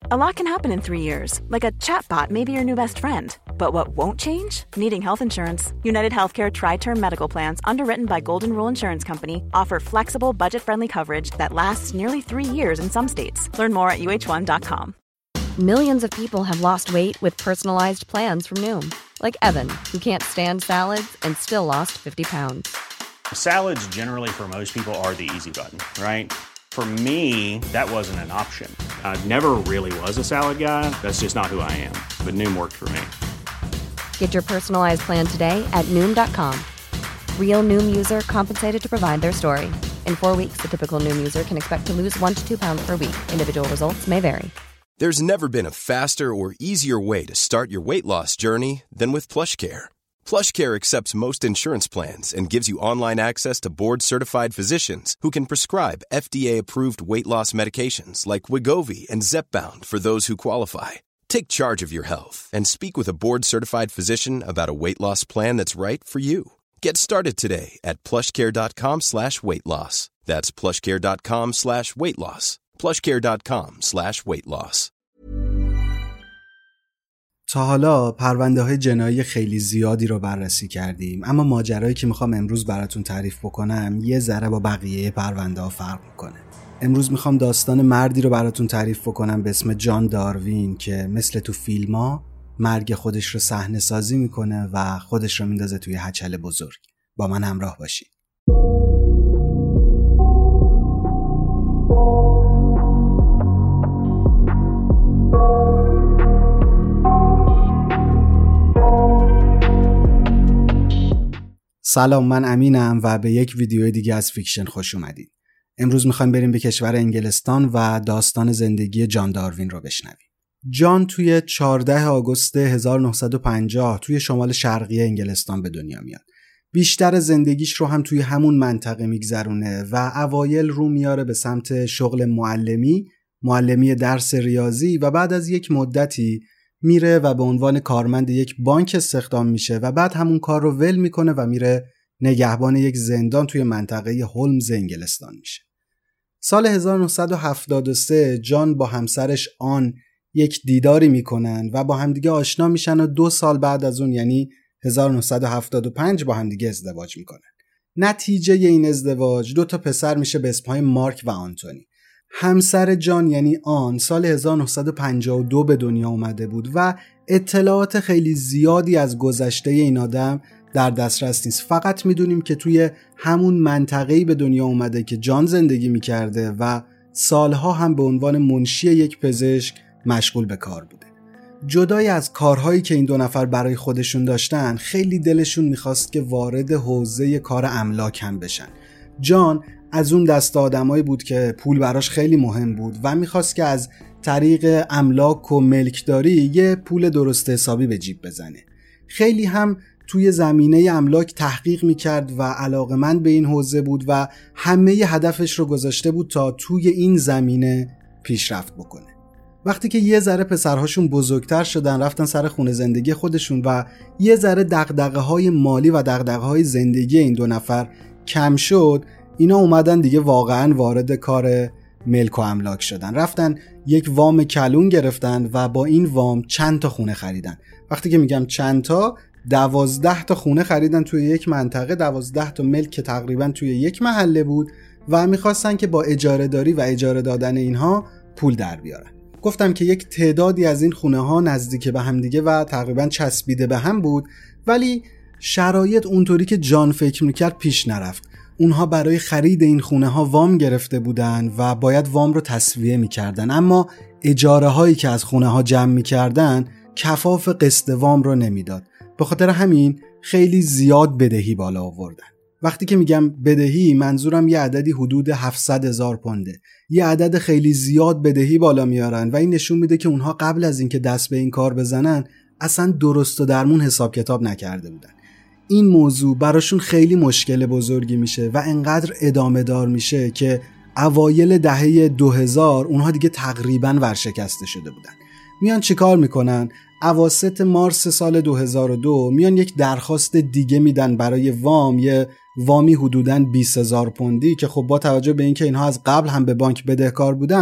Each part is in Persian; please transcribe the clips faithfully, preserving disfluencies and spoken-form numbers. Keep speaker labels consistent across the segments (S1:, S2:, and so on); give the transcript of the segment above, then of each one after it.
S1: A lot can happen in three years, like a chatbot may be your new best friend. But what won't change? Needing health insurance. United Healthcare Tri-Term Medical Plans, underwritten by Golden Rule Insurance Company, offer flexible, budget-friendly coverage that lasts nearly three years in some states. Learn more at U H one dot com.
S2: Millions of people have lost weight with personalized plans from Noom. Like Evan, who can't stand salads and still lost fifty pounds.
S3: Salads generally for most people are the easy button, right? For me, that wasn't an option. I never really was a salad guy. That's just not who I am. But Noom worked for me.
S2: Get your personalized plan today at Noom dot com. Real Noom user compensated to provide their story. In four weeks, the typical Noom user can expect to lose one to two pounds per week. Individual results may vary.
S4: There's never been a faster or easier way to start your weight loss journey than with PlushCare. PlushCare accepts most insurance plans and gives you online access to board-certified physicians who can prescribe F D A-approved weight loss medications like Wegovy and Zepbound for those who qualify. Take charge of your health and speak with a board-certified physician about a weight loss plan that's right for you. Get started today at plushcare.com slash weight loss. That's plushcare.com slash weight loss. plushcare.com slash weight loss.
S5: تا حالا پرونده های جنایی خیلی زیادی رو بررسی کردیم، اما ماجرایی که میخوام امروز براتون تعریف بکنم یه ذره با بقیه پرونده ها فرق میکنه. امروز میخوام داستان مردی رو براتون تعریف بکنم به اسم جان داروین که مثل تو فیلم ها مرگ خودش رو صحنه سازی میکنه و خودش رو میندازه توی هچل بزرگ. با من همراه باشید. سلام، من امینم و به یک ویدیو دیگه از فیکشن خوش اومدید. امروز میخوایم بریم به کشور انگلستان و داستان زندگی جان داروین رو بشنویم. جان توی چهاردهم آگوست هزار و نهصد و پنجاه توی شمال شرقی انگلستان به دنیا میاد. بیشتر زندگیش رو هم توی همون منطقه میگذرونه و اوایل رو میاره به سمت شغل معلمی، معلمی درس ریاضی و بعد از یک مدتی میره و به عنوان کارمند یک بانک استخدام میشه و بعد همون کار رو ول میکنه و میره نگهبان یک زندان توی منطقه هولمز انگلستان میشه. سال هزار و نهصد و هفتاد و سه جان با همسرش آن یک دیداری میکنن و با همدیگه آشنا میشن و دو سال بعد از اون یعنی هزار و نهصد و هفتاد و پنج با همدیگه ازدواج میکنن. نتیجه این ازدواج دو تا پسر میشه به اسمهای مارک و آنتونی. همسر جان یعنی آن سال هزار و نهصد و پنجاه و دو به دنیا اومده بود و اطلاعات خیلی زیادی از گذشته این آدم در دسترس نیست. فقط میدونیم که توی همون منطقه‌ای به دنیا اومده که جان زندگی میکرده و سالها هم به عنوان منشی یک پزشک مشغول به کار بوده. جدای از کارهایی که این دو نفر برای خودشون داشتن، خیلی دلشون میخواست که وارد حوزه کار املاک هم بشن. جان از اون دست آدمایی بود که پول براش خیلی مهم بود و میخواست که از طریق املاک و ملکداری یه پول درست حسابی به جیب بزنه. خیلی هم توی زمینه املاک تحقیق میکرد و علاقمند به این حوزه بود و همه ی هدفش رو گذاشته بود تا توی این زمینه پیشرفت بکنه. وقتی که یه ذره پسرهاشون بزرگتر شدن، رفتن سر خونه زندگی خودشون و یه ذره دغدغه‌های مالی و دغدغه‌های زندگی این دو نفر کم شد، اینا اومدن دیگه واقعا وارد کار ملک و املاک شدن. رفتن یک وام کلون گرفتن و با این وام چند تا خونه خریدن. وقتی که میگم چند تا، دوازده تا خونه خریدن توی یک منطقه، دوازده تا ملک که تقریبا توی یک محله بود و میخواستن که با اجاره داری و اجاره دادن اینها پول در بیارن. گفتم که یک تعدادی از این خونه ها نزدیک به هم دیگه و تقریبا چسبیده به هم بود، ولی شرایط اونطوری که جان فکر میکرد پیش نرفت. اونها برای خرید این خونه ها وام گرفته بودن و باید وام رو تسویه میکردن، اما اجاره هایی که از خونه ها جمع میکردن کفاف قسط وام رو نمیداد. به خاطر همین خیلی زیاد بدهی بالا آوردن. وقتی که میگم بدهی، منظورم یه عددی حدود هفتصد هزار پونده. یه عدد خیلی زیاد بدهی بالا میارن و این نشون میده که اونها قبل از اینکه دست به این کار بزنن اصلا درست و درمون حساب کتاب نکرده بودن. این موضوع براشون خیلی مشکل بزرگی میشه و انقدر ادامه دار میشه که اوایل دهه دو هزار اونها دیگه تقریباً ورشکسته شده بودن. میان چیکار میکنن؟ اواسط مارس سال دو هزار و دو میان یک درخواست دیگه میدن برای وام، یه وامی حدوداً بیست هزار پوندی که خب با توجه به اینکه اینها از قبل هم به بانک بدهکار بودن،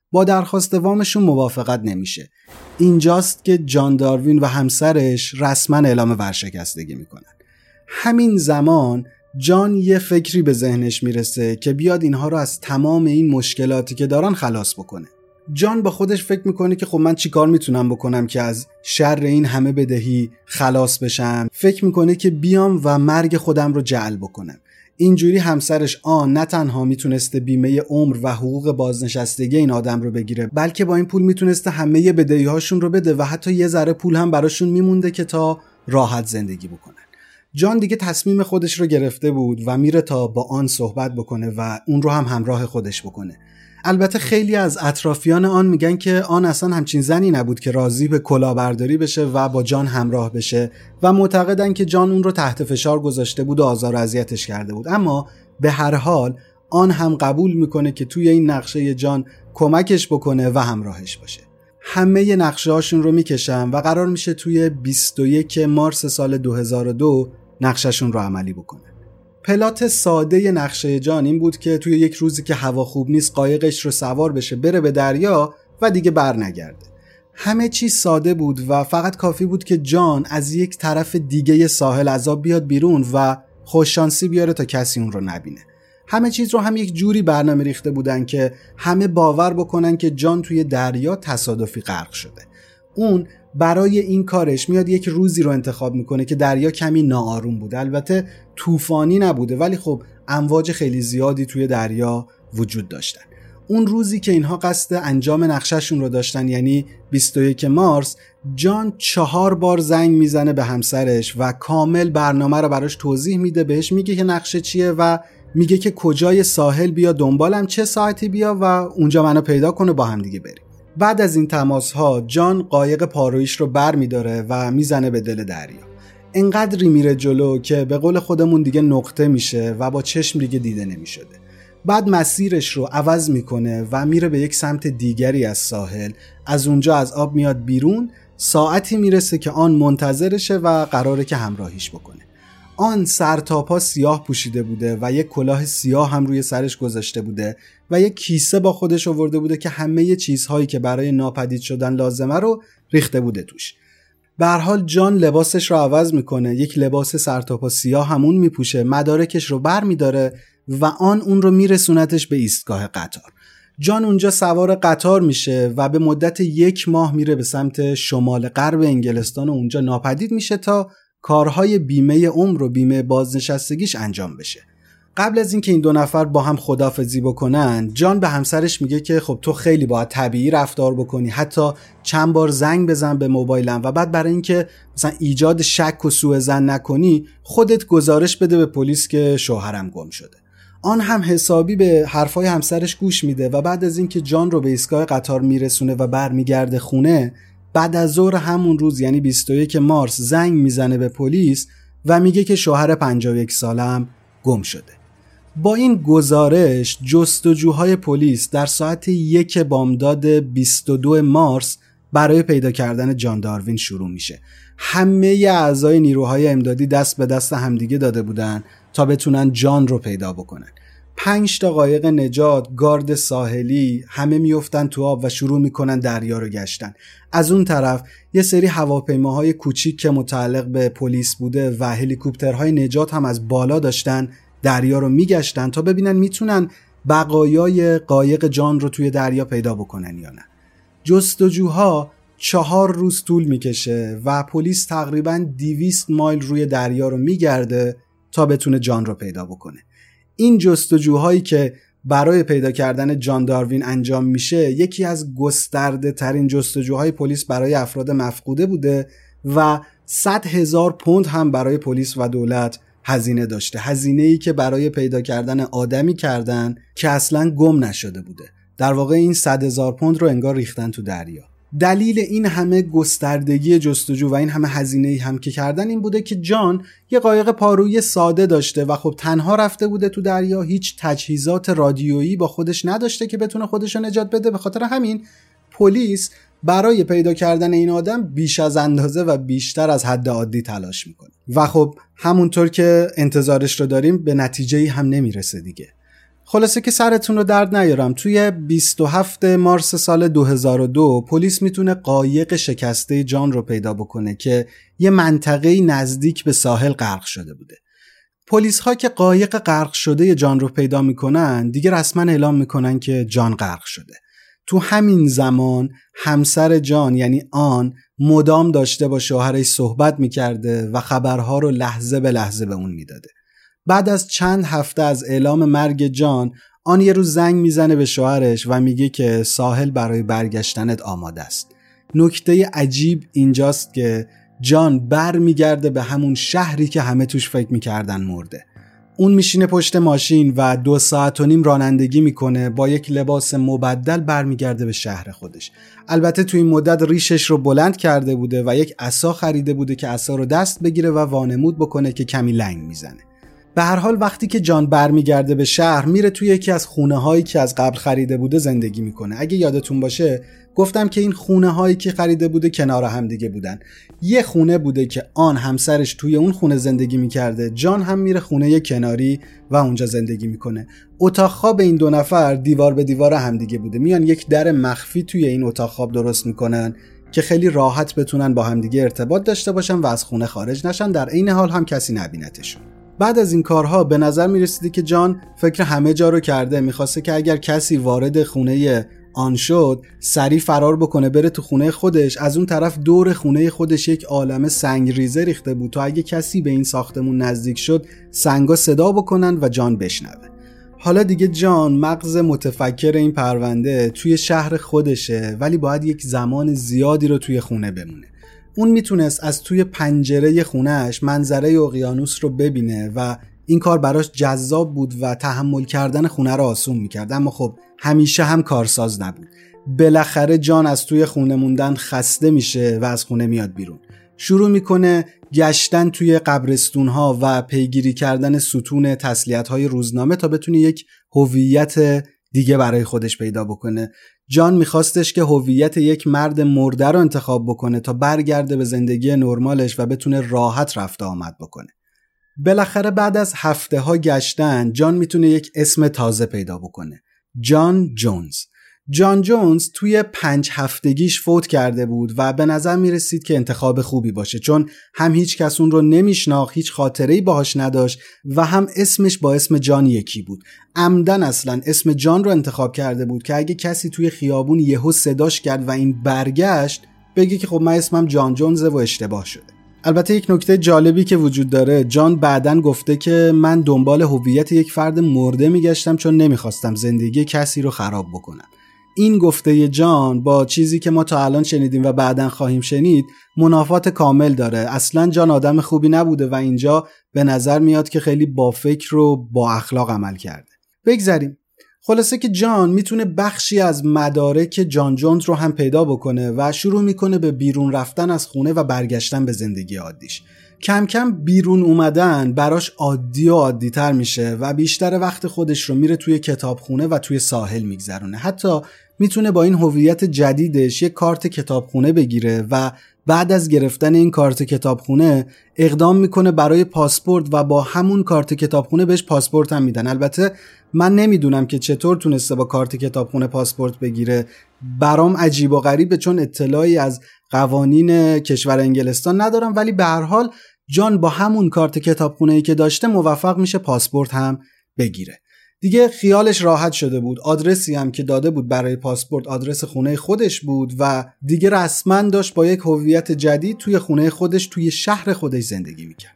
S5: با درخواست وامشون موافقت نمیشه. اینجاست که جان داروین و همسرش رسما اعلام ورشکستگی میکنن. همین زمان جان یه فکری به ذهنش میرسه که بیاد اینها رو از تمام این مشکلاتی که دارن خلاص بکنه. جان با خودش فکر میکنه که خب من چی کار میتونم بکنم که از شر این همه بدهی خلاص بشم. فکر میکنه که بیام و مرگ خودم رو جعل بکنم. اینجوری همسرش آن نه تنها میتونسته بیمه عمر و حقوق بازنشستگی این آدم رو بگیره، بلکه با این پول میتونسته همه بدهی هاشون رو بده و حتی یه ذره پول هم براشون میمونده که تا راحت زندگی بکنن. جان دیگه تصمیم خودش رو گرفته بود و میره تا با آن صحبت بکنه و اون رو هم همراه خودش بکنه. البته خیلی از اطرافیان آن میگن که آن اصلا همچین زنی نبود که راضی به کلاهبرداری بشه و با جان همراه بشه و معتقدن که جان اون رو تحت فشار گذاشته بود و آزار و اذیتش کرده بود. اما به هر حال آن هم قبول میکنه که توی این نقشه جان کمکش بکنه و همراهش باشه. همه نقشه هاشون رو میکشن و قرار میشه توی بیست و یک مارس سال دو هزار و دو نقشهشون رو عملی بکنه. پلات ساده نقشه جان این بود که توی یک روزی که هوا خوب نیست قایقش رو سوار بشه بره به دریا و دیگه بر نگرده. همه چیز ساده بود و فقط کافی بود که جان از یک طرف دیگه ساحل از آب بیاد بیرون و خوششانسی بیاره تا کسی اون رو نبینه. همه چیز رو هم یک جوری برنامه ریخته بودن که همه باور بکنن که جان توی دریا تصادفی غرق شده. اون برای این کارش میاد یک روزی رو انتخاب میکنه که دریا کمی ناآروم بوده. البته طوفانی نبوده ولی خب امواج خیلی زیادی توی دریا وجود داشتن. اون روزی که اینها قصد انجام نقشهشون رو داشتن یعنی بیست و یک مارس، جان چهار بار زنگ میزنه به همسرش و کامل برنامه رو براش توضیح میده. بهش میگه که نقشه چیه و میگه که کجای ساحل بیا دنبالم، چه ساعتی بیا و اونجا منو پیدا کنه با هم دیگه بریم. بعد از این تماس ها جان قایق پارویش رو بر می داره و میزنه به دل دریا. انقدری میره جلو که به قول خودمون دیگه نقطه میشه و با چشم دیگه دیده نمیشده. بعد مسیرش رو عوض میکنه و میره به یک سمت دیگری از ساحل. از اونجا از آب میاد بیرون. ساعتی میرسه که آن منتظرشه و قراره که همراهیش بکنه. آن سر تا پا سیاه پوشیده بوده و یک کلاه سیاه هم روی سرش گذاشته بوده و یک کیسه با خودش آورده بوده که همه چیزهایی که برای ناپدید شدن لازمه رو ریخته بوده توش. به هر حال جان لباسش رو عوض میکنه، یک لباس سر تا پا سیاه همون میپوشه، مدارکش رو بر میداره و آن اون رو میرسونتش به ایستگاه قطار. جان اونجا سوار قطار میشه و به مدت یک ماه میره به سمت شمال غرب انگلستان و اونجا ناپدید میشه تا کارهای بیمه عمر و بیمه بازنشستگیش انجام بشه. قبل از اینکه این دو نفر با هم خداحافظی بکنن، جان به همسرش میگه که خب تو خیلی باید طبیعی رفتار بکنی، حتی چند بار زنگ بزن به موبایلم و بعد برای اینکه مثلا ایجاد شک و سوء ظن نکنی خودت گزارش بده به پلیس که شوهرم گم شده. آن هم حسابی به حرفای همسرش گوش میده و بعد از اینکه جان رو به ایستگاه قطار میرسونه و برمیگرده خونه، بعد از ظهر همون روز یعنی بیست و یک مارس زنگ میزنه به پلیس و میگه که شوهر پنجاه و یک سالم گم شده. با این گزارش جستجوهای پلیس در ساعت یک بامداد بیست و دو مارس برای پیدا کردن جان داروین شروع میشه. همه اعضای نیروهای امدادی دست به دست همدیگه داده بودن تا بتونن جان رو پیدا بکنن. پنج تا قایق نجات، گارد ساحلی همه میافتن تو آب و شروع میکنن دریا رو گشتن. از اون طرف یه سری هواپیماهای کوچیک که متعلق به پلیس بوده و هلیکوپترهای نجات هم از بالا داشتن دریا رو میگشتن تا ببینن میتونن بقایای قایق جان رو توی دریا پیدا بکنن یا نه. جستجوها چهار روز طول میکشه و پلیس تقریباً دویست مایل روی دریا رو میگرده تا بتونه جان رو پیدا بکنه. این جستجوهایی که برای پیدا کردن جان داروین انجام میشه یکی از گسترده ترین جستجوهای پلیس برای افراد مفقوده بوده و صد هزار پوند هم برای پلیس و دولت هزینه داشته. هزینه‌ای که برای پیدا کردن آدمی کردن که اصلاً گم نشده بوده. در واقع این صد هزار پوند رو انگار ریختن تو دریا. دلیل این همه گستردگی جستجو و این همه هزینه‌ای هم که کردن این بوده که جان یه قایق پارویی ساده داشته و خب تنها رفته بوده تو دریا، هیچ تجهیزات رادیویی با خودش نداشته که بتونه خودش رو نجات بده. به خاطر همین پلیس برای پیدا کردن این آدم بیش از اندازه و بیشتر از حد عادی تلاش میکنه و خب همونطور که انتظارش رو داریم به نتیجه‌ای هم نمیرسه دیگه. خلاصه که سرتون رو درد نیارم، توی بیست و هفتم مارس سال دو هزار و دو پلیس میتونه قایق شکسته جان رو پیدا بکنه که یه منطقه نزدیک به ساحل غرق شده بوده. پلیس ها که قایق غرق شده جان رو پیدا میکنن دیگه رسما اعلام میکنن که جان غرق شده. تو همین زمان همسر جان یعنی آن مدام داشته با شوهرش صحبت میکرده و خبرها رو لحظه به لحظه به اون میداده. بعد از چند هفته از اعلام مرگ جان، آن یه روز زنگ میزنه به شوهرش و میگه که ساحل برای برگشتنت آماده است. نکته عجیب اینجاست که جان بر میگرده به همون شهری که همه توش فکر میکردن مرده. اون میشینه پشت ماشین و دو ساعت و نیم رانندگی میکنه، با یک لباس مبدل برمیگرده به شهر خودش. البته تو این مدت ریشش رو بلند کرده بوده و یک عصا خریده بوده که عصا رو دست بگیره و وانمود بکنه که کمی لنگ میزنه. به هر حال وقتی که جان برمیگرده به شهر، میره توی یکی از خونه هایی که از قبل خریده بوده زندگی میکنه. اگه یادتون باشه گفتم که این خونه هایی که خریده بوده کنار هم دیگه بودن. یه خونه بوده که آن همسرش توی اون خونه زندگی میکرده، جان هم میره خونه کناری و اونجا زندگی میکنه. اتاق خواب این دو نفر دیوار به دیوار هم دیگه بوده. میان یک در مخفی توی این اتاق خواب درست میکنن که خیلی راحت بتونن با هم دیگه ارتباط داشته باشن و از خونه خارج نشن، در عین حال هم کسی نبینتشون. بعد از این کارها به نظر میرسیده که جان فکر همه جا رو کرده، میخواسته که اگر کسی وارد خونه آن شد سریع فرار بکنه بره تو خونه خودش. از اون طرف دور خونه خودش یک عالمه سنگ ریزه ریخته بود تا اگه کسی به این ساختمون نزدیک شد سنگا صدا بکنن و جان بشنوه. حالا دیگه جان مغز متفکر این پرونده توی شهر خودشه، ولی باید یک زمان زیادی رو توی خونه بمونه. اون میتونست از توی پنجره خونهش منظره اقیانوس رو ببینه و این کار براش جذاب بود و تحمل کردن خونه رو آسون میکرد، اما خب همیشه هم کارساز نبود. بالاخره جان از توی خونه موندن خسته میشه و از خونه میاد بیرون. شروع میکنه گشتن توی قبرستونها و پیگیری کردن ستون تسلیت‌های روزنامه تا بتونه یک هویت دیگه برای خودش پیدا بکنه. جان میخواستش که هویت یک مرد مرده رو انتخاب بکنه تا برگرده به زندگی نرمالش و بتونه راحت رفت آمد بکنه. بالاخره بعد از هفته ها گشتن جان میتونه یک اسم تازه پیدا بکنه. جان جونز. جان جونز توی پنج هفتگیش فوت کرده بود و به نظر میرسید که انتخاب خوبی باشه، چون هم هیچ کس اون رو نمیشناخت، هیچ خاطره‌ای باهاش نداشت و هم اسمش با اسم جان یکی بود. عمدن اصلا اسم جان رو انتخاب کرده بود که اگه کسی توی خیابون یهو صداش کرد و این برگشت بگه که خب من اسمم جان جونزه و اشتباه شده. البته یک نکته جالبی که وجود داره، جان بعدن گفته که من دنبال هویت یک فرد مرده میگشتم چون نمیخواستم زندگی کسی رو خراب بکنم. این گفته جان با چیزی که ما تا الان شنیدیم و بعدن خواهیم شنید منافات کامل داره. اصلا جان آدم خوبی نبوده و اینجا به نظر میاد که خیلی با فکر و با اخلاق عمل کرده. بگذاریم. خلاصه که جان میتونه بخشی از مدارک جان جونز رو هم پیدا بکنه و شروع میکنه به بیرون رفتن از خونه و برگشتن به زندگی عادیش. کم کم بیرون اومدن براش عادی و عادی تر میشه و بیشتر وقت خودش رو میره توی کتابخونه و توی ساحل میگذرونه. حتی میتونه با این هویت جدیدش یک کارت کتابخونه بگیره و بعد از گرفتن این کارت کتابخونه اقدام میکنه برای پاسپورت و با همون کارت کتابخونه بهش پاسپورت هم میدن. البته من نمیدونم که چطور تونسته با کارت کتابخونه پاسپورت بگیره، برام عجیب و غریبه چون اطلاعی از قوانین کشور انگلستان ندارم، ولی به هر حال جان با همون کارت کتابخونه‌ای که داشته موفق میشه پاسپورت هم بگیره. دیگه خیالش راحت شده بود، آدرسی هم که داده بود برای پاسپورت آدرس خونه خودش بود و دیگه رسما داشت با یک هویت جدید توی خونه خودش توی شهر خودش زندگی میکرد.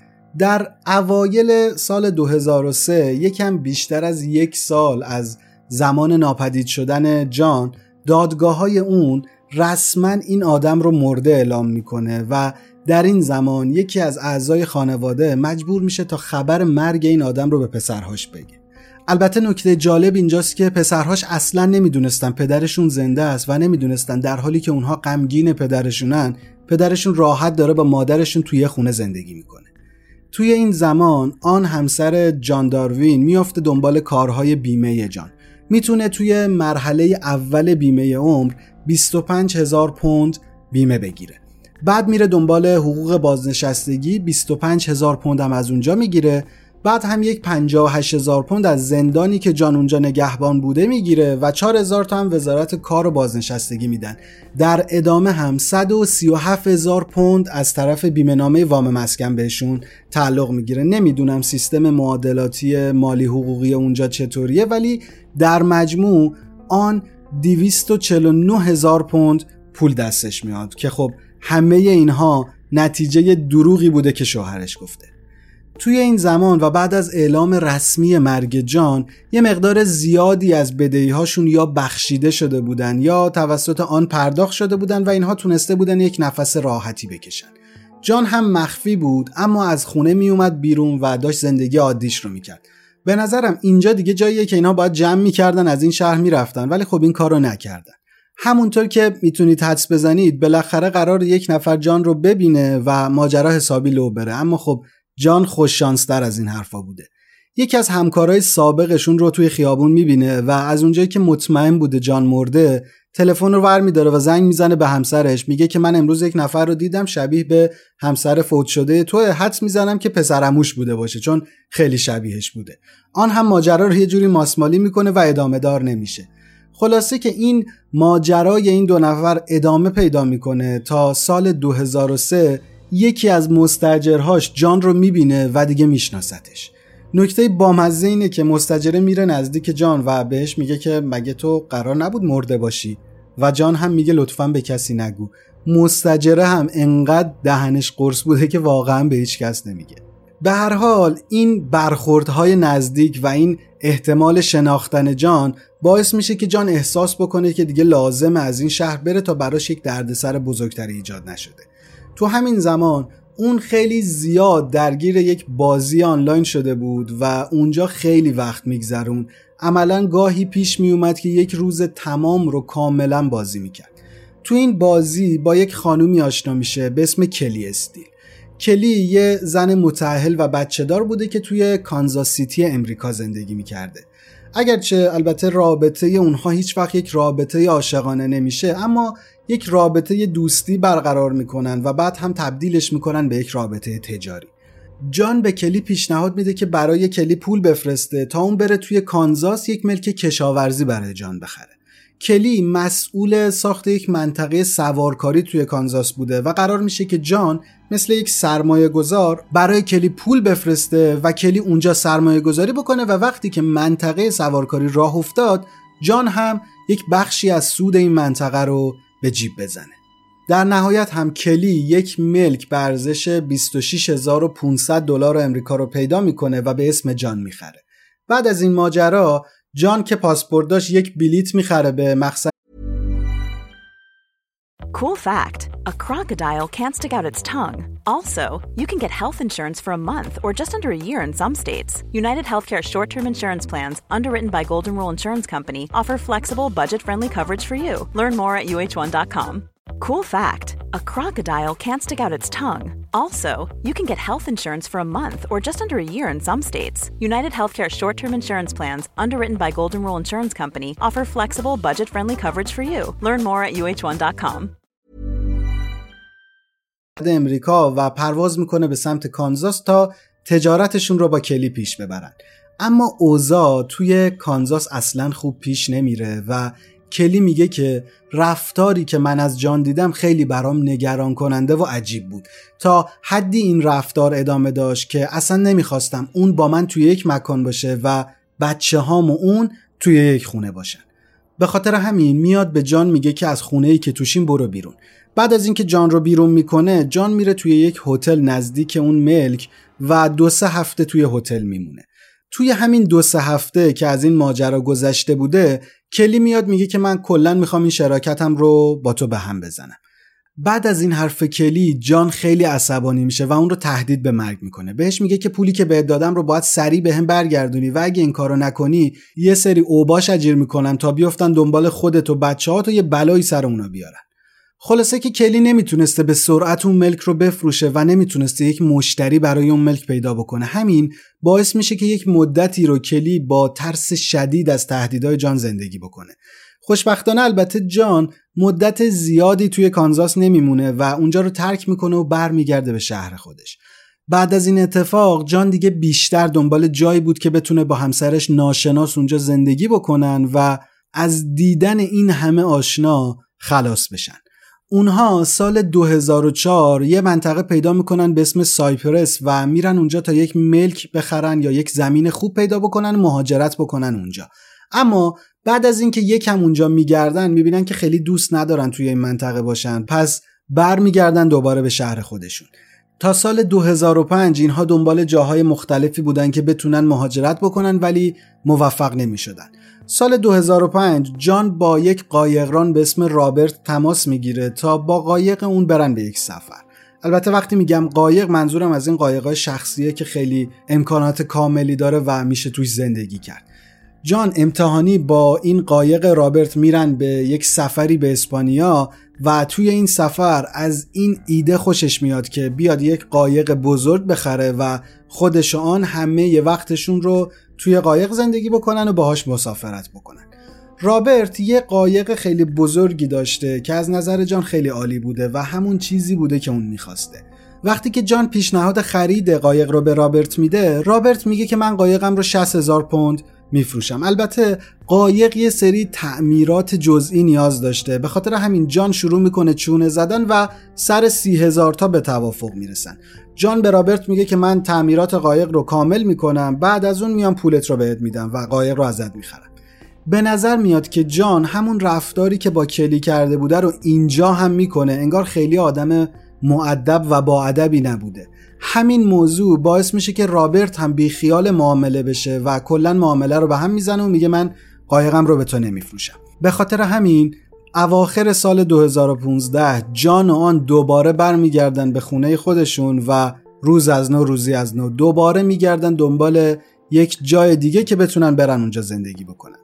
S5: در اوایل سال دو هزار و سه، یکم بیشتر از یک سال از زمان ناپدید شدن جان، دادگاه‌های اون رسما این آدم رو مرده اعلام میکنه و در این زمان یکی از اعضای خانواده مجبور میشه تا خبر مرگ این آدم رو به پسرهاش بگه. البته نکته جالب اینجاست که پسرهاش اصلا نمیدونستن پدرشون زنده است و نمیدونستن در حالی که اونها غمگین پدرشونن، پدرشون راحت داره با مادرشون توی خونه زندگی میکنه. توی این زمان آن همسر جان داروین میافته دنبال کارهای بیمه جان. میتونه توی مرحله اول بیمه عمر بیست و پنج هزار پوند بیمه بگیره. بعد میره دنبال حقوق بازنشستگی، بیست و پنج هزار پوند هم از اونجا میگیره. بعد هم یک پنجاه و هشت هزار پوند از زندانی که جان اونجا نگهبان بوده میگیره و چهار هزار تا هم وزارت کار و بازنشستگی میدن. در ادامه هم صد و سی و هفت هزار پوند از طرف بیمه‌نامه وام مسکن بهشون تعلق میگیره. نمیدونم سیستم معادلاتی مالی حقوقی اونجا چطوریه، ولی در مجموع آن دویست و چهل و نه هزار پوند پول دستش میاد که خب همه اینها نتیجه دروغی بوده که شوهرش گفته. توی این زمان و بعد از اعلام رسمی مرگ جان یه مقدار زیادی از بدهی‌هاشون یا بخشیده شده بودن یا توسط آن پرداخت شده بودن و اینها تونسته بودن یک نفس راحتی بکشن. جان هم مخفی بود اما از خونه می اومد بیرون و داشت زندگی عادیش رو میکرد. به نظرم اینجا دیگه جاییه که اینا باید جمع میکردن از این شهر میرفتن، ولی خب این کارو نکردن. همونطور که میتونید حدس بزنید بالاخره قرار یک نفر جان رو ببینه و ماجرا حسابی لو بره، اما خب جان خوش شانس تر از این حرفا بوده. یکی از همکارای سابقشون رو توی خیابون میبینه و از اونجایی که مطمئن بوده جان مرده تلفن رو ور میداره و زنگ میزنه به همسرش، میگه که من امروز یک نفر رو دیدم شبیه به همسر فوت شده تو، حدس میزنم که پسرعموش بوده باشه چون خیلی شبیهش بوده. آن هم ماجرا رو یه جوری ماسمالی میکنه و ادامه دار نمیشه. خلاصه که این ماجرای این دو نفر ادامه پیدا میکنه تا سال دو هزار و سه یکی از مستاجرهاش جان رو میبینه و دیگه میشناستش. نکته بامزه اینه که مستاجره میره نزدیک جان و بهش میگه که مگه تو قرار نبود مرده باشی؟ و جان هم میگه لطفاً به کسی نگو. مستاجره هم انقدر دهنش قرص بوده که واقعاً به هیچ کس نمیگه. به هر حال این برخوردهای نزدیک و این احتمال شناختن جان باعث میشه که جان احساس بکنه که دیگه لازمه از این شهر بره تا براش یک دردسر بزرگتری ایجاد نشده. تو همین زمان اون خیلی زیاد درگیر یک بازی آنلاین شده بود و اونجا خیلی وقت میگذرون. عملاً گاهی پیش میومد که یک روز تمام رو کاملاً بازی میکرد. تو این بازی با یک خانومی آشنا میشه به اسم کلی استیل. کلی یه زن متأهل و بچه دار بوده که توی کانزاس سیتی امریکا زندگی میکرده. اگرچه البته رابطه اونها هیچ وقت یک رابطه عاشقانه نمیشه، اما یک رابطه دوستی برقرار میکنن و بعد هم تبدیلش میکنن به یک رابطه تجاری. جان به کلی پیشنهاد میده که برای کلی پول بفرسته تا اون بره توی کانزاس یک ملک کشاورزی برای جان بخره. کلی مسئول ساخت یک منطقه سوارکاری توی کانزاس بوده و قرار میشه که جان مثل یک سرمایه گذار برای کلی پول بفرسته و کلی اونجا سرمایه گذاری بکنه و وقتی که منطقه سوارکاری راه افتاد جان هم یک بخشی از سود این منطقه رو به جیب بزنه. در نهایت هم کلی یک ملک به ارزش بیست و شش هزار و پانصد دلار آمریکا رو پیدا میکنه و به اسم جان میخره. بعد از این ماجرا جان که پاسپورت داشت یک بلیت میخره به مقصد.
S1: Cool fact, a crocodile can't stick out its tongue. Also, you can get health insurance for a month or just under a year in some states. United Healthcare short-term insurance plans, underwritten by Golden Rule Insurance Company, offer flexible, budget-friendly coverage for you. Learn more at U H one dot com. Cool fact, a crocodile can't stick out its tongue. Also, you can get health insurance for a month or just under a year in some states. United Healthcare short-term insurance plans, underwritten by Golden Rule Insurance Company, offer flexible, budget-friendly coverage for you. Learn more at U H one dot com.
S5: امریکا و پرواز میکنه به سمت کانزاس تا تجارتشون رو با کلی پیش ببرن. اما اوضاع توی کانزاس اصلاً خوب پیش نمیره و کلی میگه که رفتاری که من از جان دیدم خیلی برام نگران کننده و عجیب بود. تا حدی این رفتار ادامه داشت که اصلا نمیخواستم اون با من توی یک مکان باشه و بچه هام و اون توی یک خونه باشن. به خاطر همین میاد به جان میگه که از خونه‌ای که توشین برو بیرون. بعد از اینکه جان رو بیرون میکنه جان میره توی یک هتل نزدیک اون ملک و دو سه هفته توی هتل میمونه. توی همین دو سه هفته که از این ماجرا گذشته بوده کلی میاد میگه که من کلاً میخوام این شراکتم رو با تو به هم بزنم. بعد از این حرف کلی جان خیلی عصبانی میشه و اون رو تهدید به مرگ میکنه. بهش میگه که پولی که بهت دادم رو باید سریع بهم برگردونی و اگه این کارو نکنی یه سری اوباش اجیر میکنم تا بیافتن دنبال خودت و بچه‌هات و یه بلایی سر اونا بیارن. خلاصه که کلی نمیتونسته به سرعت اون ملک رو بفروشه و نمیتونسته یک مشتری برای اون ملک پیدا بکنه. همین باعث میشه که یک مدتی رو کلی با ترس شدید از تهدیدهای جان زندگی بکنه. خوشبختانه البته جان مدت زیادی توی کانزاس نمیمونه و اونجا رو ترک میکنه و برمیگرده به شهر خودش. بعد از این اتفاق جان دیگه بیشتر دنبال جایی بود که بتونه با همسرش ناشناس اونجا زندگی بکنن و از دیدن این همه آشنا خلاص بشن. اونها سال دو هزار و چهار یه منطقه پیدا میکنن به اسم سایپرس و میرن اونجا تا یک ملک بخرن یا یک زمین خوب پیدا بکنن، مهاجرت بکنن اونجا. اما بعد از اینکه یکم اونجا میگردن میبینن که خیلی دوست ندارن توی این منطقه باشن، پس بر میگردن دوباره به شهر خودشون. تا سال دو هزار و پنج اینها دنبال جاهای مختلفی بودن که بتونن مهاجرت بکنن ولی موفق نمیشدن. سال دو هزار و پنج جان با یک قایقران به اسم رابرت تماس میگیره تا با قایق اون برن به یک سفر. البته وقتی میگم قایق منظورم از این قایق‌های شخصیه که خیلی امکانات کاملی داره و میشه توش زندگی کرد. جان امتحانی با این قایق رابرت میرن به یک سفری به اسپانیا و توی این سفر از این ایده خوشش میاد که بیاد یک قایق بزرگ بخره و خودش و آن همه ی وقتشون رو توی قایق زندگی بکنن و باهاش مسافرت بکنن. رابرت یه قایق خیلی بزرگی داشته که از نظر جان خیلی عالی بوده و همون چیزی بوده که اون میخواسته. وقتی که جان پیشنهاد خرید قایق رو به رابرت میده، رابرت میگه که من قایقم رو شصت هزار پوند میفروشم. البته قایق یه سری تعمیرات جزئی نیاز داشته، به خاطر همین جان شروع میکنه چونه زدن و سر سی هزار تا به توافق میرسن. جان به رابرت میگه که من تعمیرات قایق رو کامل میکنم، بعد از اون میام پولت رو بهت میدم و قایق رو ازت میخرم. به نظر میاد که جان همون رفتاری که با کلی کرده بوده رو اینجا هم میکنه، انگار خیلی آدم مؤدب و با ادبی نبوده. همین موضوع باعث میشه که رابرت هم بی خیال معامله بشه و کلا معامله رو به هم میزنه و میگه من قایقم رو به تو نمیفروشم. به خاطر همین اواخر سال دو هزار و پانزده جان و آن دوباره برمیگردن به خونه خودشون و روز از نو روزی از نو دوباره میگردن دنبال یک جای دیگه که بتونن برن اونجا زندگی بکنن.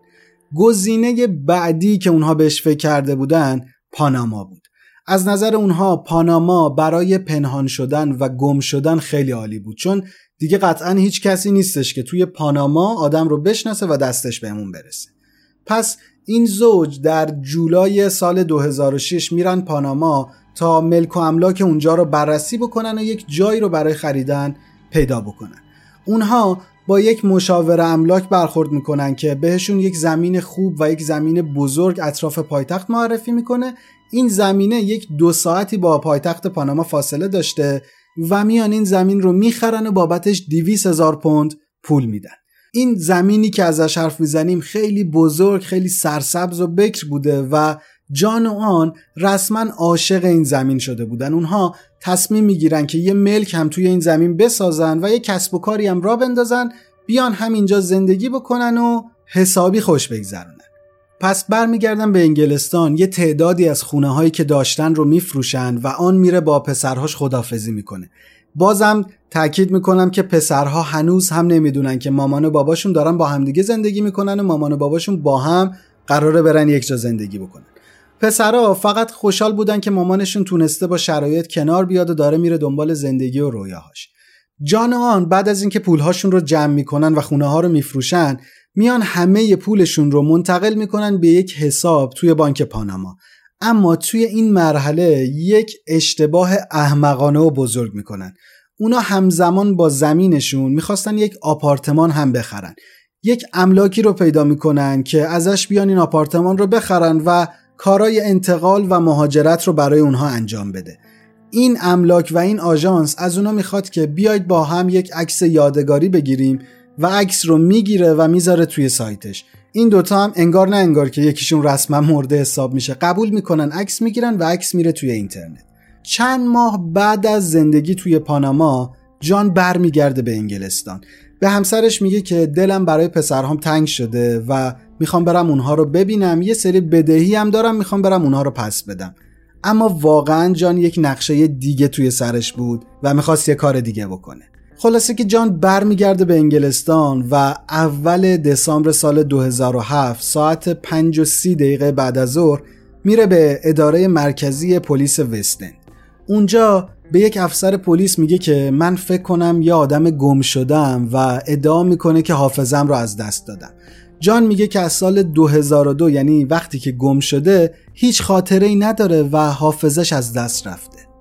S5: گزینه بعدی که اونها بهش فکر کرده بودن پاناما بود. از نظر اونها پاناما برای پنهان شدن و گم شدن خیلی عالی بود، چون دیگه قطعا هیچ کسی نیستش که توی پاناما آدم رو بشناسه و دستش بهمون برسه. پس این زوج در جولای سال دو هزار و شش میرن پاناما تا ملک و املاک اونجا رو بررسی بکنن و یک جایی رو برای خریدن پیدا بکنن. اونها با یک مشاور املاک برخورد میکنن که بهشون یک زمین خوب و یک زمین بزرگ اطراف پایتخت معرفی میکنه. این زمینه یک دو ساعتی با پایتخت پاناما فاصله داشته و میان این زمین رو میخرن و بابتش دویست هزار پوند پول میدن. این زمینی که ازش حرف میزنیم خیلی بزرگ، خیلی سرسبز و بکر بوده و جان و آن رسما عاشق این زمین شده بودن. اونها تصمیم میگیرن که یه ملک هم توی این زمین بسازن و یه کسب و کاری هم را بندازن، بیان همینجا زندگی بکنن و حسابی خوش بگذرونن. پس برمیگردن به انگلستان، یه تعدادی از خونه هایی که داشتن رو میفروشن و آن میره با پسرهاش خداحافظی میکنه. بازم تأکید میکنم که پسرها هنوز هم نمیدونن که مامان و باباشون دارن با همدیگه زندگی میکنن و مامان و باباشون با هم قراره برن یک جا زندگی بکنن. پسرها فقط خوشحال بودن که مامانشون تونسته با شرایط کنار بیاد و داره میره دنبال زندگی و رویاهاش. جان آن بعد از اینکه پولهاشون رو جمع میکنن و خونه ها رو میفروشن، میان همه پولشون رو منتقل میکنن به یک حساب توی بانک پاناما. اما توی این مرحله یک اشتباه احمقانه و بزرگ میکنن. اونا همزمان با زمینشون میخواستن یک آپارتمان هم بخرن. یک املاکی رو پیدا میکنن که ازش بیان این آپارتمان رو بخرن و کارای انتقال و مهاجرت رو برای اونها انجام بده. این املاک و این آژانس از اونا میخواد که بیاید با هم یک عکس یادگاری بگیریم و عکس رو میگیره و میذاره توی سایتش. این دوتا هم انگار نه انگار که یکیشون رسما مرده حساب میشه، قبول میکنن، عکس میگیرن و عکس میره توی اینترنت. چند ماه بعد از زندگی توی پاناما جان برمیگرده به انگلستان. به همسرش میگه که دلم برای پسرهام تنگ شده و میخوام برم اونها رو ببینم، یه سری بدهی هم دارم میخوام برم اونها رو پس بدم. اما واقعا جان یک نقشه دیگه توی سرش بود و میخواست یه کار دیگه بکنه. خلاصه که جان برمیگرده به انگلستان و اول دسامبر سال دو هزار و هفت ساعت پنج و سی دقیقه بعد از ظهر میره به اداره مرکزی پلیس وستند. اونجا به یک افسر پلیس میگه که من فکر کنم یه آدم گم شدم و ادعا میکنه که حافظم رو از دست دادم. جان میگه که از سال دو هزار و دو، یعنی وقتی که گم شده، هیچ خاطره‌ای نداره و حافظش از دست رفته.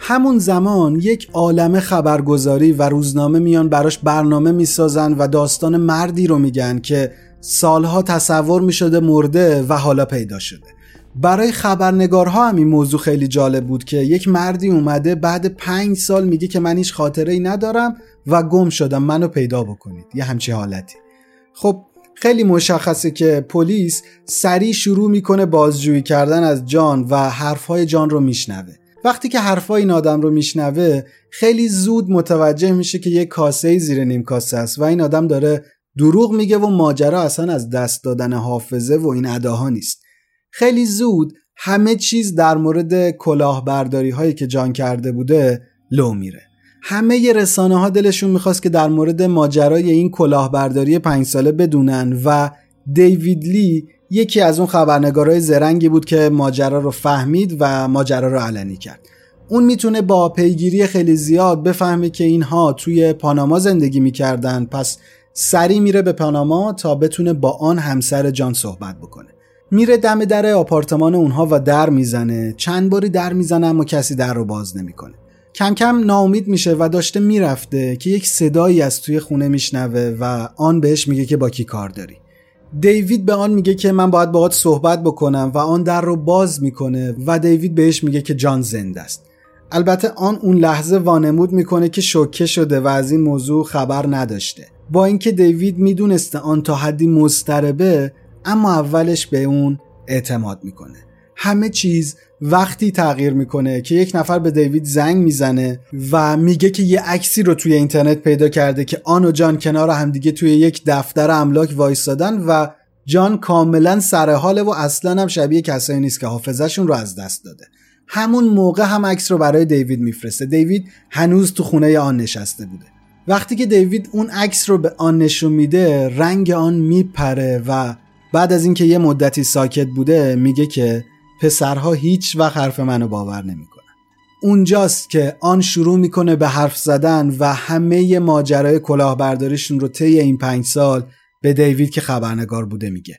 S5: همون زمان یک عالمه خبرگزاری و روزنامه میان براش برنامه میسازن و داستان مردی رو میگن که سالها تصور میشده مرده و حالا پیدا شده. برای خبرنگارها هم این موضوع خیلی جالب بود که یک مردی اومده بعد پنج سال میگه که من هیچ خاطره ای ندارم و گم شدم، منو پیدا بکنید، یه همچین حالتی. خب خیلی مشخصه که پلیس سریع شروع میکنه بازجویی کردن از جان و حرفهای جان رو میشنوه. وقتی که حرفای این آدم رو میشنوه خیلی زود متوجه میشه که یک کاسه زیر نیم کاسه است و این آدم داره دروغ میگه و ماجرا اصلا از دست دادن حافظه و این اداها نیست. خیلی زود همه چیز در مورد کلاهبرداری هایی که جان کرده بوده لو میره. همه ی رسانه ها دلشون میخواست که در مورد ماجرای این کلاهبرداری پنج ساله بدونن و دیوید لی یکی از اون خبرنگارای زرنگی بود که ماجرا رو فهمید و ماجرا رو علنی کرد. اون میتونه با پیگیری خیلی زیاد بفهمه که اینها توی پاناما زندگی میکردن، پس سری میره به پاناما تا بتونه با آن همسر جان صحبت بکنه. میره دم در آپارتمان اونها و در میزنه. چند باری در میزنه اما کسی در رو باز نمیکنه. کم کم ناامید میشه و داشته میرفته که یک صدایی از توی خونه میشنوه و آن بهش میگه که با کی کار داری. دیوید به آن میگه که من باید باهات صحبت بکنم و آن در رو باز میکنه و دیوید بهش میگه که جان زنده است. البته آن اون لحظه وانمود میکنه که شوکه شده و از این موضوع خبر نداشته. با اینکه دیوید میدونسته آن تا حدی مضطربه، اما اولش به اون اعتماد میکنه. همه چیز وقتی تغییر میکنه که یک نفر به دیوید زنگ میزنه و میگه که یه عکسی رو توی اینترنت پیدا کرده که آن و جان کنار همدیگه توی یک دفتر املاک وایسادن و جان کاملا سرحاله و اصلا هم شبیه کسایی نیست که حافظه‌شون رو از دست داده. همون موقع هم عکس رو برای دیوید میفرسته. دیوید هنوز تو خونه آن نشسته بوده. وقتی که دیوید اون عکس رو به آن نشون میده، رنگ آن میپره و بعد از اینکه یه مدتی ساکت بوده میگه که پسرها هیچ وقت حرف منو باور نمیکنن. اونجاست که آن شروع میکنه به حرف زدن و همه ماجرای کلاهبرداریشون رو طی این پنج سال به دیوید که خبرنگار بوده میگه.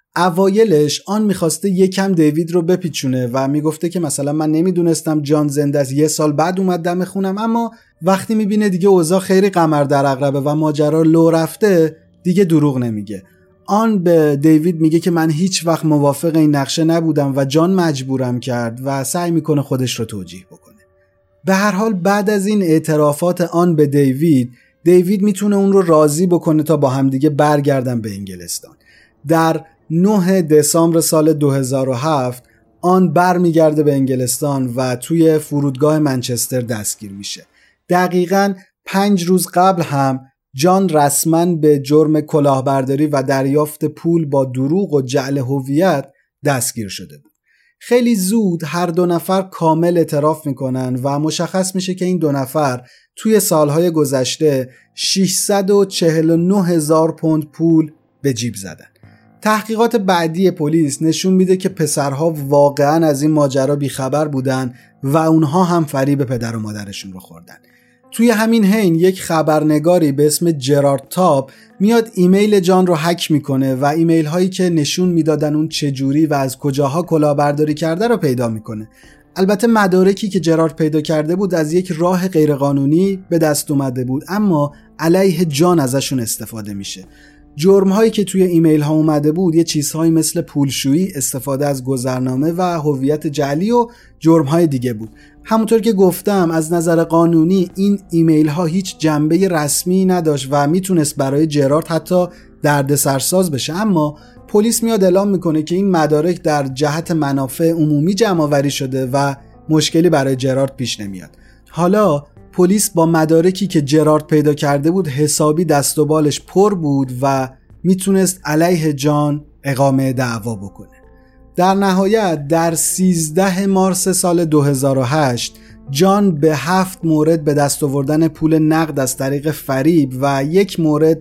S5: اوایلش آن میخواسته یکم دیوید رو بپیچونه و میگفته که مثلا من نمیدونستم جان زنده است، یه سال بعد اومد دم خونم، اما وقتی میبینه دیگه اوضاع خیلی قمر در عقربه و ماجرا لو رفته دیگه دروغ نمیگه. آن به دیوید میگه که من هیچ وقت موافق این نقشه نبودم و جان مجبورم کرد و سعی میکنه خودش رو توجیه بکنه. به هر حال بعد از این اعترافات آن به دیوید، دیوید میتونه اون رو راضی بکنه تا با همدیگه برگردن به انگلستان. در نه دسامبر سال دو هزار و هفت آن برمیگرده به انگلستان و توی فرودگاه منچستر دستگیر میشه. دقیقاً پنج روز قبل هم جان رسما به جرم کلاهبرداری و دریافت پول با دروغ و جعل هویت دستگیر شده بود. خیلی زود هر دو نفر کامل اعتراف میکنن و مشخص میشه که این دو نفر توی سالهای گذشته ششصد و چهل و نه هزار پوند پول به جیب زدن. تحقیقات بعدی پلیس نشون میده که پسرها واقعا از این ماجرا بیخبر بودن و اونها هم فریب پدر و مادرشون رو خوردن. توی همین حین یک خبرنگاری به اسم جرارد تاپ میاد ایمیل جان رو هک میکنه و ایمیل هایی که نشون میدادن اون چجوری و از کجاها کلاهبرداری کرده رو پیدا میکنه. البته مدارکی که جرارد پیدا کرده بود از یک راه غیرقانونی به دست اومده بود، اما علیه جان ازشون استفاده میشه. جرم هایی که توی ایمیل ها اومده بود یه چیزهایی مثل پولشویی، استفاده از گذرنامه و هویت جعلی و جرم های دیگه بود. همونطور که گفتم از نظر قانونی این ایمیل ها هیچ جنبه رسمی نداشت و میتونست برای جرارد حتی دردسرساز بشه، اما پلیس میاد اعلام میکنه که این مدارک در جهت منافع عمومی جمع آوری شده و مشکلی برای جرارد پیش نمیاد. حالا پلیس با مدارکی که جرارد پیدا کرده بود حسابی دست و بالش پر بود و میتونست علیه جان اقامه دعوا بکنه. در نهایت در سیزده مارس سال دو هزار و هشت جان به هفت مورد به دست آوردن پول نقد از طریق فریب و یک مورد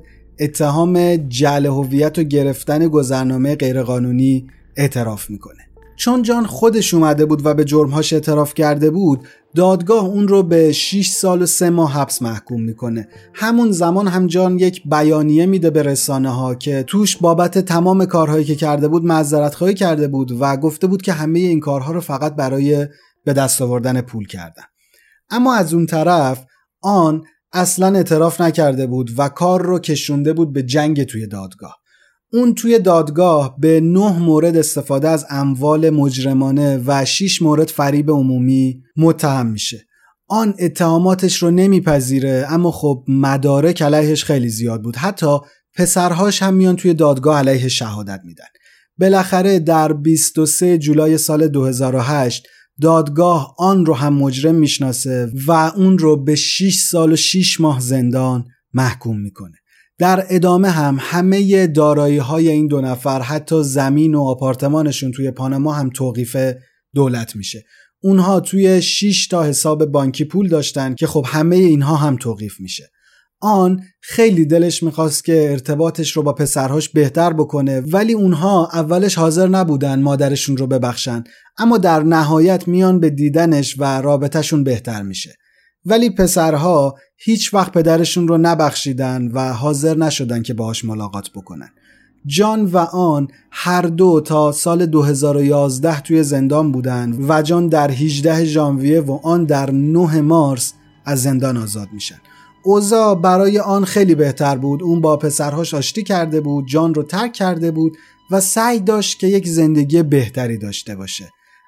S5: اتهام جعل هویت و گرفتن گذرنامه غیرقانونی اعتراف میکنه. چون جان خودش اومده بود و به جرمهاش اعتراف کرده بود، دادگاه اون رو به شش سال و سه ماه حبس محکوم میکنه. همون زمان هم جان یک بیانیه میده به رسانه ها که توش بابت تمام کارهایی که کرده بود معذرت خواهی کرده بود و گفته بود که همه این کارها رو فقط برای به دست آوردن پول کردن. اما از اون طرف آن اصلا اعتراف نکرده بود و کار رو کشونده بود به جنگ توی دادگاه. اون توی دادگاه به نه مورد استفاده از اموال مجرمانه و شش مورد فریب عمومی متهم میشه. آن اتهاماتش رو نمیپذیره، اما خب مدارک علیهش خیلی زیاد بود. حتی پسرهاش هم میان توی دادگاه علیه شهادت میدن. بالاخره در بیست و سوم جولای سال دو هزار و هشت دادگاه آن رو هم مجرم میشناسه و اون رو به شش سال و شش ماه زندان محکوم میکنه. در ادامه هم همه دارایی‌های این دو نفر، حتی زمین و آپارتمانشون توی پاناما هم توقیف دولت میشه. اونها توی شش تا حساب بانکی پول داشتن که خب همه اینها هم توقیف میشه. آن خیلی دلش میخواست که ارتباطش رو با پسرهاش بهتر بکنه، ولی اونها اولش حاضر نبودن مادرشون رو ببخشن، اما در نهایت میان به دیدنش و رابطهشون بهتر میشه. ولی پسرها هیچ وقت پدرشون رو نبخشیدن و حاضر نشدن که باهاش ملاقات بکنن. جان و آن هر دو تا سال دو هزار و یازده توی زندان بودن و جان در هجدهم ژانویه و آن در نهم مارس از زندان آزاد میشن. اوضاع برای آن خیلی بهتر بود. اون با پسرهاش آشتی کرده بود، جان رو ترک کرده بود و سعی داشت که یک زندگی بهتری داشته باشه.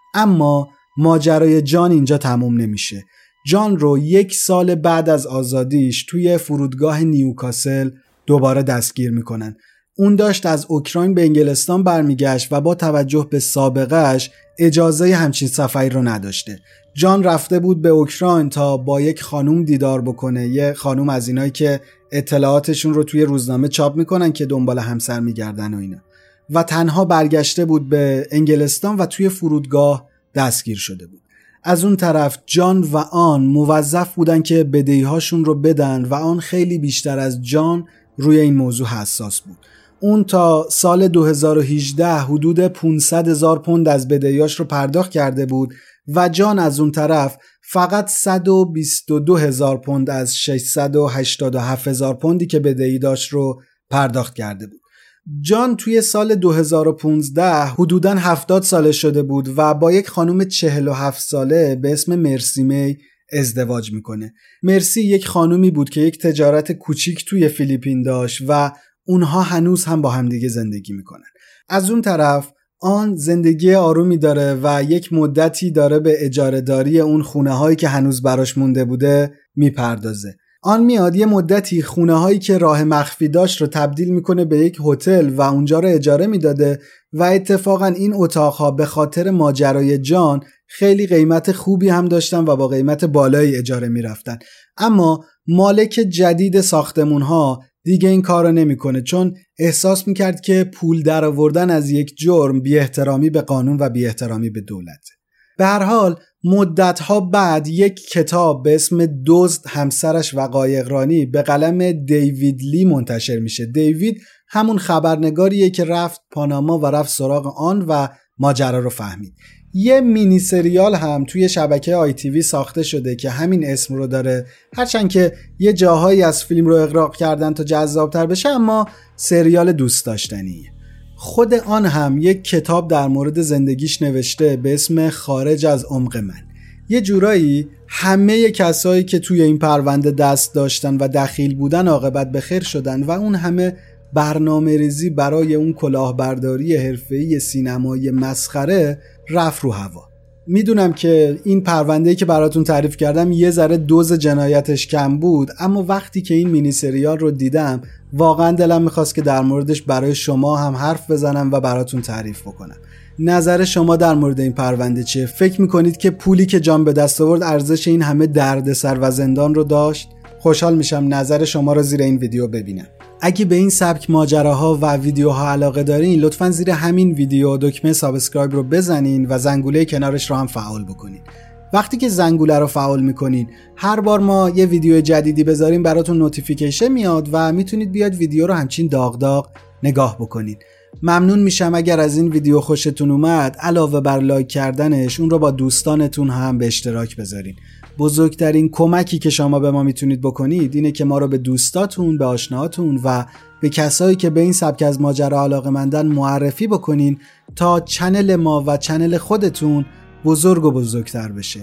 S5: اما ماجرای جان اینجا تموم نمیشه. جان رو یک سال بعد از آزادیش توی فرودگاه نیوکاسل دوباره دستگیر میکنن. اون داشت از اوکراین به انگلستان برمیگشت و با توجه به سابقهش اجازه همچین سفری رو نداشته. جان رفته بود به اوکراین تا با یک خانوم دیدار بکنه، یه خانوم از اینایی که اطلاعاتشون رو توی روزنامه چاپ میکنن که دنبال همسر میگردن و اینا، و تنها برگشته بود به انگلستان و توی فرودگاه دستگیر شده بود. از اون طرف جان و آن موظف بودن که بدهی‌هاشون رو بدن و آن خیلی بیشتر از جان روی این موضوع حساس بود. اون تا سال دو هزار و هجده حدود پانصد هزار پوند از بدهیاش رو پرداخت کرده بود و جان از اون طرف فقط صد و بیست و دو هزار پوند از ششصد و هشتاد و هفت هزار پوندی که بدهی داشت رو پرداخت کرده بود. جان توی سال دو هزار و پانزده حدوداً هفتاد ساله شده بود و با یک خانم چهل و هفت ساله به اسم مرسی می ازدواج میکنه. مرسی یک خانومی بود که یک تجارت کوچیک توی فیلیپین داشت و اونها هنوز هم با همدیگه زندگی میکنن. از اون طرف آن زندگی آرومی داره و یک مدتی داره به اجاره داری اون خونه هایی که هنوز براش مونده بوده میپردازه. آن میاد یه مدتی خونه هایی که راه مخفی داشت رو تبدیل میکنه به یک هتل و اونجا رو اجاره میداده و اتفاقا این اتاقها به خاطر ماجرای جان خیلی قیمت خوبی هم داشتن و با قیمت بالایی اجاره میرفتن. اما مالک جدید ساختمون ها دیگه این کارو نمیکنه، چون احساس میکرد که پول در آوردن از یک جرم بی احترامی به قانون و بی احترامی به دولت. به هر حال مدتها بعد یک کتاب به اسم دزد، همسرش و قایقرانی به قلم دیوید لی منتشر میشه. دیوید همون خبرنگاریه که رفت پاناما و رفت سراغ آن و ماجرا رو فهمید. یه مینی سریال هم توی شبکه آی تی وی ساخته شده که همین اسم رو داره، هرچند که یه جاهایی از فیلم رو اغراق کردن تا جذابتر بشه، اما سریال دوست داشتنیه. خود آن هم یک کتاب در مورد زندگیش نوشته به اسم خارج از عمق من. یه جورایی همه کسایی که توی این پرونده دست داشتن و دخیل بودن عاقبت به خیر شدن و اون همه برنامه ریزی برای اون کلاهبرداری حرفه‌ای سینمایی مسخره رفت رو هوا. میدونم که این پرونده‌ای که براتون تعریف کردم یه ذره دوز جنایتش کم بود، اما وقتی که این مینی سریال رو دیدم واقعا دلم میخواست که در موردش برای شما هم حرف بزنم و براتون تعریف بکنم. نظر شما در مورد این پرونده چیه؟ فکر میکنید که پولی که جان به دست آورد ارزش این همه دردسر و زندان رو داشت؟ خوشحال میشم نظر شما رو زیر این ویدیو ببینم. اگه به این سبک ماجراها و ویدیوها علاقه دارین لطفاً زیر همین ویدیو دکمه سابسکرایب رو بزنین و زنگوله کنارش رو هم فعال بکنین. وقتی که زنگوله رو فعال میکنین هر بار ما یه ویدیو جدیدی بذاریم براتون نوتیفیکیشن میاد و میتونید بیاد ویدیو رو همچین داغ داغ نگاه بکنین. ممنون میشم اگر از این ویدیو خوشتون اومد علاوه بر لایک کردنش اون رو با دوستانتون هم به اشتراک بذارین. بزرگترین کمکی که شما به ما میتونید بکنید اینه که ما رو به دوستاتون، به آشناهاتون و به کسایی که به این سبک از ماجرا علاقه‌مندن معرفی بکنین تا چنل ما و چنل خودتون بزرگ و بزرگتر بشه.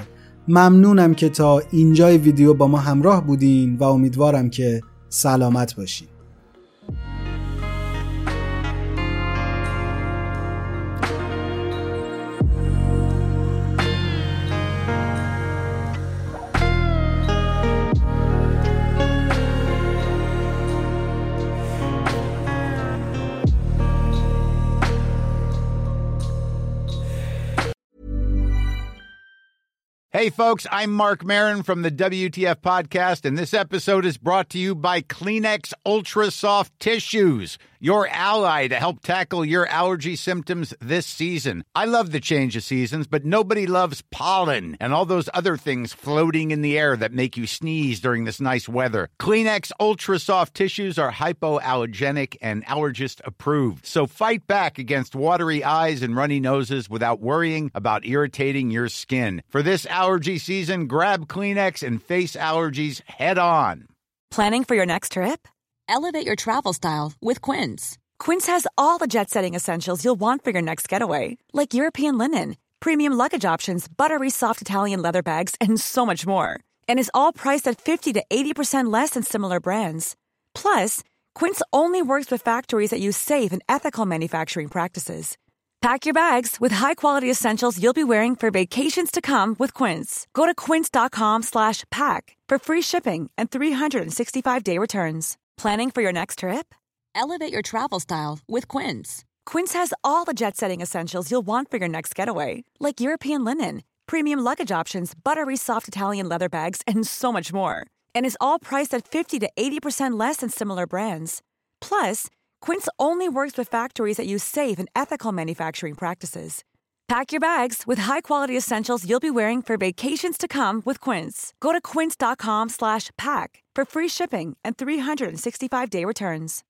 S5: ممنونم که تا اینجای ویدیو با ما همراه بودین و امیدوارم که سلامت باشین.
S6: Hey, folks, I'm Mark Maron from the W T F Podcast, and this episode is brought to you by Kleenex Ultra Soft Tissues, your ally to help tackle your allergy symptoms this season. I love the change of seasons, but nobody loves pollen and all those other things floating in the air that make you sneeze during this nice weather. Kleenex Ultra Soft Tissues are hypoallergenic and allergist approved, so fight back against watery eyes and runny noses without worrying about irritating your skin. For this allergy season, grab Kleenex and face allergies head on.
S1: Planning for your next trip?
S7: Elevate your travel style with Quince.
S1: Quince has all the jet-setting essentials you'll want for your next getaway, like European linen, premium luggage options, buttery soft Italian leather bags, and so much more. And is all priced at fifty to eighty percent less than similar brands. Plus, Quince only works with factories that use safe and ethical manufacturing practices. Pack your bags with high-quality essentials you'll be wearing for vacations to come with Quince. Go to quince.com slash pack for free shipping and three sixty-five day returns. Planning for your next trip?
S7: Elevate your travel style with Quince.
S1: Quince has all the jet-setting essentials you'll want for your next getaway, like European linen, premium luggage options, buttery soft Italian leather bags, and so much more. And is all priced at fifty to eighty percent less than similar brands. Plus, Quince only works with factories that use safe and ethical manufacturing practices. Pack your bags with high-quality essentials you'll be wearing for vacations to come with Quince. Go to quince.com slash pack for free shipping and three sixty-five day returns.